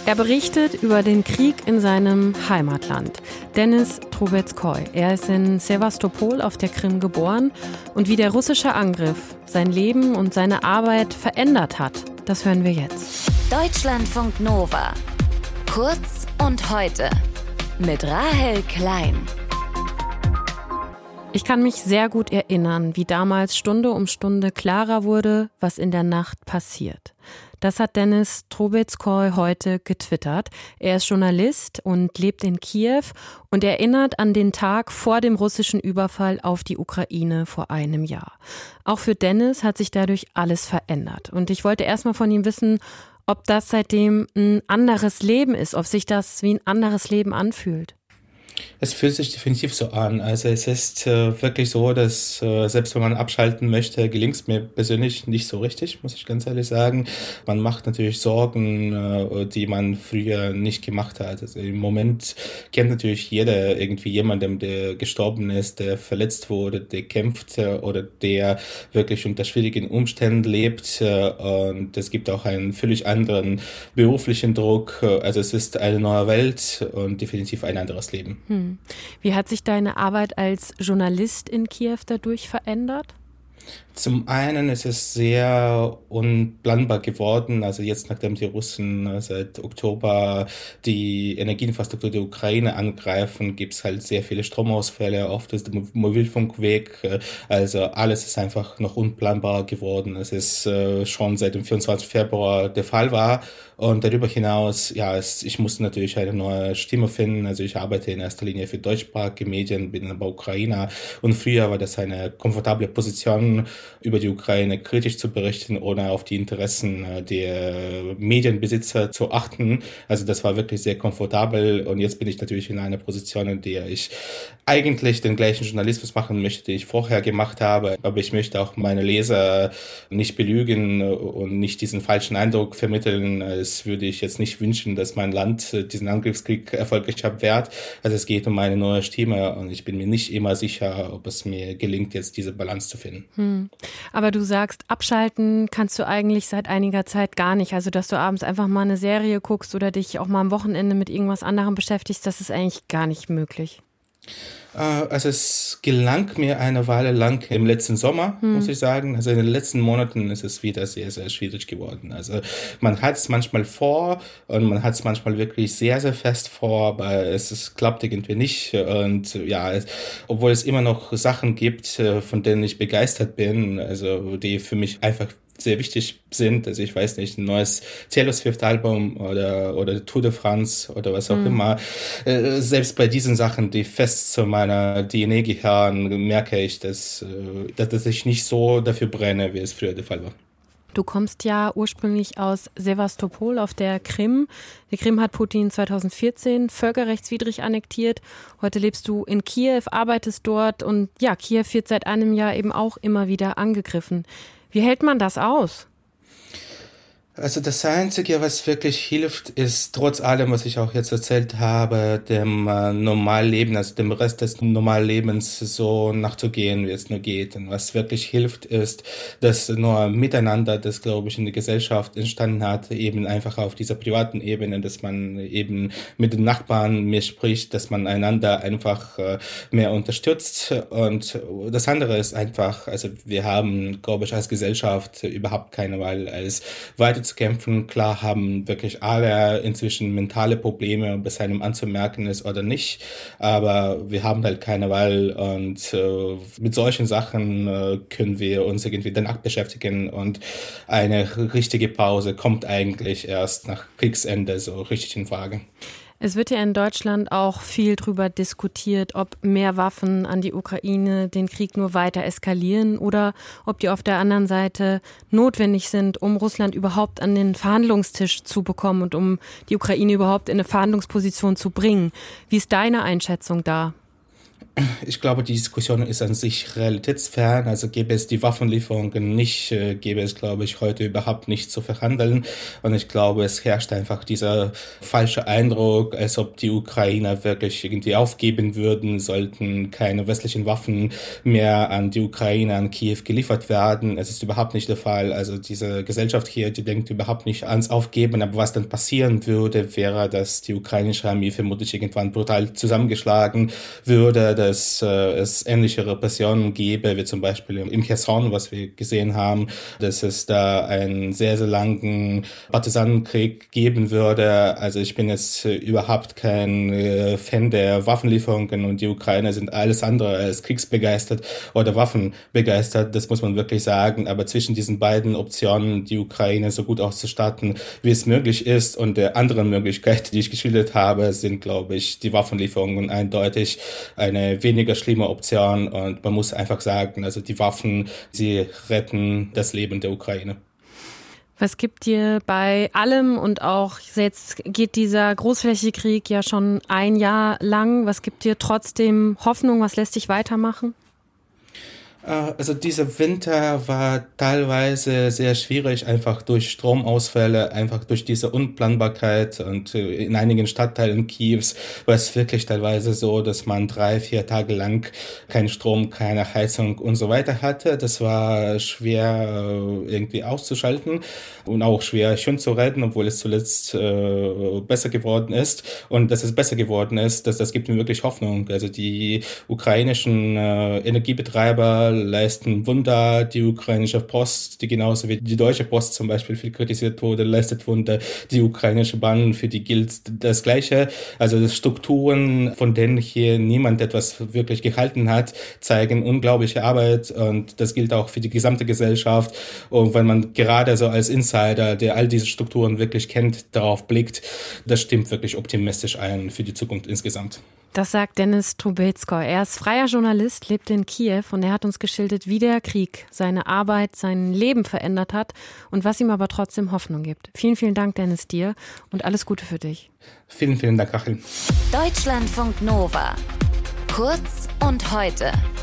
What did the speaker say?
Er berichtet über den Krieg in seinem Heimatland. Denis Trubetskoy. Er ist in Sewastopol auf der Krim geboren und wie der russische Angriff sein Leben und seine Arbeit verändert hat, das hören wir jetzt. Deutschlandfunk Nova. Kurz und heute mit Rahel Klein. Ich kann mich sehr gut erinnern, wie damals Stunde um Stunde klarer wurde, was in der Nacht passiert. Das hat Denis Trubetskoy heute getwittert. Er ist Journalist und lebt in Kiew und erinnert an den Tag vor dem russischen Überfall auf die Ukraine vor einem Jahr. Auch für Denis hat sich dadurch alles verändert. Und ich wollte erstmal von ihm wissen, ob das seitdem ein anderes Leben ist, ob sich das wie ein anderes Leben anfühlt. Es fühlt sich definitiv so an. Also es ist wirklich so, dass selbst wenn man abschalten möchte, gelingt es mir persönlich nicht so richtig, muss ich ganz ehrlich sagen. Man macht natürlich Sorgen, die man früher nicht gemacht hat. Also im Moment kennt natürlich jeder irgendwie jemanden, der gestorben ist, der verletzt wurde, der kämpft oder der wirklich unter schwierigen Umständen lebt. Und es gibt auch einen völlig anderen beruflichen Druck. Also es ist eine neue Welt und definitiv ein anderes Leben. Wie hat sich deine Arbeit als Journalist in Kiew dadurch verändert? Zum einen ist es sehr unplanbar geworden. Also jetzt, nachdem die Russen seit Oktober die Energieinfrastruktur der Ukraine angreifen, gibt es halt sehr viele Stromausfälle. Oft ist der Mobilfunk weg. Also alles ist einfach noch unplanbar geworden. Es ist schon seit dem 24. Februar der Fall war. Und darüber hinaus, ich musste natürlich eine neue Stimme finden. Also ich arbeite in erster Linie für deutschsprachige Medien, bin aber Ukrainer. Und früher war das eine komfortable Position, über die Ukraine kritisch zu berichten oder auf die Interessen der Medienbesitzer zu achten. Also das war wirklich sehr komfortabel und jetzt bin ich natürlich in einer Position, in der ich eigentlich den gleichen Journalismus machen möchte, den ich vorher gemacht habe, aber ich möchte auch meine Leser nicht belügen und nicht diesen falschen Eindruck vermitteln. Es würde ich jetzt nicht wünschen, dass mein Land diesen Angriffskrieg erfolgreich abwehrt. Also es geht um eine neue Stimme und ich bin mir nicht immer sicher, ob es mir gelingt, jetzt diese Balance zu finden. Aber du sagst, abschalten kannst du eigentlich seit einiger Zeit gar nicht. Also, dass du abends einfach mal eine Serie guckst oder dich auch mal am Wochenende mit irgendwas anderem beschäftigst, das ist eigentlich gar nicht möglich. Also es gelang mir eine Weile lang im letzten Sommer, muss ich sagen. Also in den letzten Monaten ist es wieder sehr, sehr schwierig geworden. Also man hat es manchmal vor und man hat es manchmal wirklich sehr, sehr fest vor, aber es klappt irgendwie nicht. Und obwohl es immer noch Sachen gibt, von denen ich begeistert bin, also die für mich einfach sehr wichtig sind, also ich weiß nicht, ein neues Taylor Swift Album oder Tour de France oder was auch immer. Selbst bei diesen Sachen, die fest zu meiner DNA gehören, merke ich, dass ich nicht so dafür brenne, wie es früher der Fall war. Du kommst ja ursprünglich aus Sewastopol auf der Krim. Die Krim hat Putin 2014 völkerrechtswidrig annektiert. Heute lebst du in Kiew, arbeitest dort und ja, Kiew wird seit einem Jahr eben auch immer wieder angegriffen. Wie hält man das aus? Also das Einzige, was wirklich hilft, ist trotz allem, was ich auch jetzt erzählt habe, dem Normalleben, also dem Rest des Normallebens so nachzugehen, wie es nur geht. Und was wirklich hilft, ist, dass nur Miteinander, das glaube ich in der Gesellschaft entstanden hat, eben einfach auf dieser privaten Ebene, dass man eben mit den Nachbarn mehr spricht, dass man einander einfach mehr unterstützt. Und das andere ist einfach, also wir haben, glaube ich, als Gesellschaft überhaupt keine Wahl, als weiter zu kämpfen. Klar haben wirklich alle inzwischen mentale Probleme, ob es einem anzumerken ist oder nicht, aber wir haben halt keine Wahl und mit solchen Sachen können wir uns irgendwie danach beschäftigen und eine richtige Pause kommt eigentlich erst nach Kriegsende so richtig in Frage. Es wird ja in Deutschland auch viel drüber diskutiert, ob mehr Waffen an die Ukraine den Krieg nur weiter eskalieren oder ob die auf der anderen Seite notwendig sind, um Russland überhaupt an den Verhandlungstisch zu bekommen und um die Ukraine überhaupt in eine Verhandlungsposition zu bringen. Wie ist deine Einschätzung da? Ich glaube, die Diskussion ist an sich realitätsfern. Also gäbe es die Waffenlieferungen nicht, gäbe es, glaube ich, heute überhaupt nicht zu verhandeln. Und ich glaube, es herrscht einfach dieser falsche Eindruck, als ob die Ukrainer wirklich irgendwie aufgeben würden, sollten keine westlichen Waffen mehr an die Ukraine, an Kiew geliefert werden. Es ist überhaupt nicht der Fall. Also diese Gesellschaft hier, die denkt überhaupt nicht ans Aufgeben. Aber was dann passieren würde, wäre, dass die ukrainische Armee vermutlich irgendwann brutal zusammengeschlagen würde, dass es ähnliche Repressionen gäbe, wie zum Beispiel im Cherson, was wir gesehen haben, dass es da einen sehr, sehr langen Partisanenkrieg geben würde. Also ich bin jetzt überhaupt kein Fan der Waffenlieferungen und die Ukrainer sind alles andere als kriegsbegeistert oder waffenbegeistert, das muss man wirklich sagen. Aber zwischen diesen beiden Optionen, die Ukraine so gut auszustatten, wie es möglich ist, und der anderen Möglichkeit, die ich geschildert habe, sind, glaube ich, die Waffenlieferungen eindeutig eine weniger schlimme Option, und man muss einfach sagen, also die Waffen, sie retten das Leben der Ukraine. Was gibt dir bei allem, und auch jetzt geht dieser großflächige Krieg ja schon ein Jahr lang, was gibt dir trotzdem Hoffnung, was lässt dich weitermachen? Also dieser Winter war teilweise sehr schwierig, einfach durch Stromausfälle, einfach durch diese Unplanbarkeit, und in einigen Stadtteilen Kiews war es wirklich teilweise so, dass man 3-4 Tage lang keinen Strom, keine Heizung und so weiter hatte. Das war schwer irgendwie auszuschalten und auch schwer schön zu retten, obwohl es zuletzt besser geworden ist. Und dass es besser geworden ist, das gibt mir wirklich Hoffnung. Also die ukrainischen Energiebetreiber leisten Wunder, die ukrainische Post, die genauso wie die deutsche Post zum Beispiel viel kritisiert wurde, leistet Wunder, die ukrainische Bahn, für die gilt das Gleiche. Also Strukturen, von denen hier niemand etwas wirklich gehalten hat, zeigen unglaubliche Arbeit, und das gilt auch für die gesamte Gesellschaft. Und wenn man gerade so als Insider, der all diese Strukturen wirklich kennt, darauf blickt, das stimmt wirklich optimistisch ein für die Zukunft insgesamt. Das sagt Denis Trubetskoy. Er ist freier Journalist, lebt in Kiew, und er hat uns geschildert, wie der Krieg seine Arbeit, sein Leben verändert hat und was ihm aber trotzdem Hoffnung gibt. Vielen, vielen Dank, Denis, dir, und alles Gute für dich. Vielen, vielen Dank, Rachel. Deutschlandfunk Nova. Kurz und heute.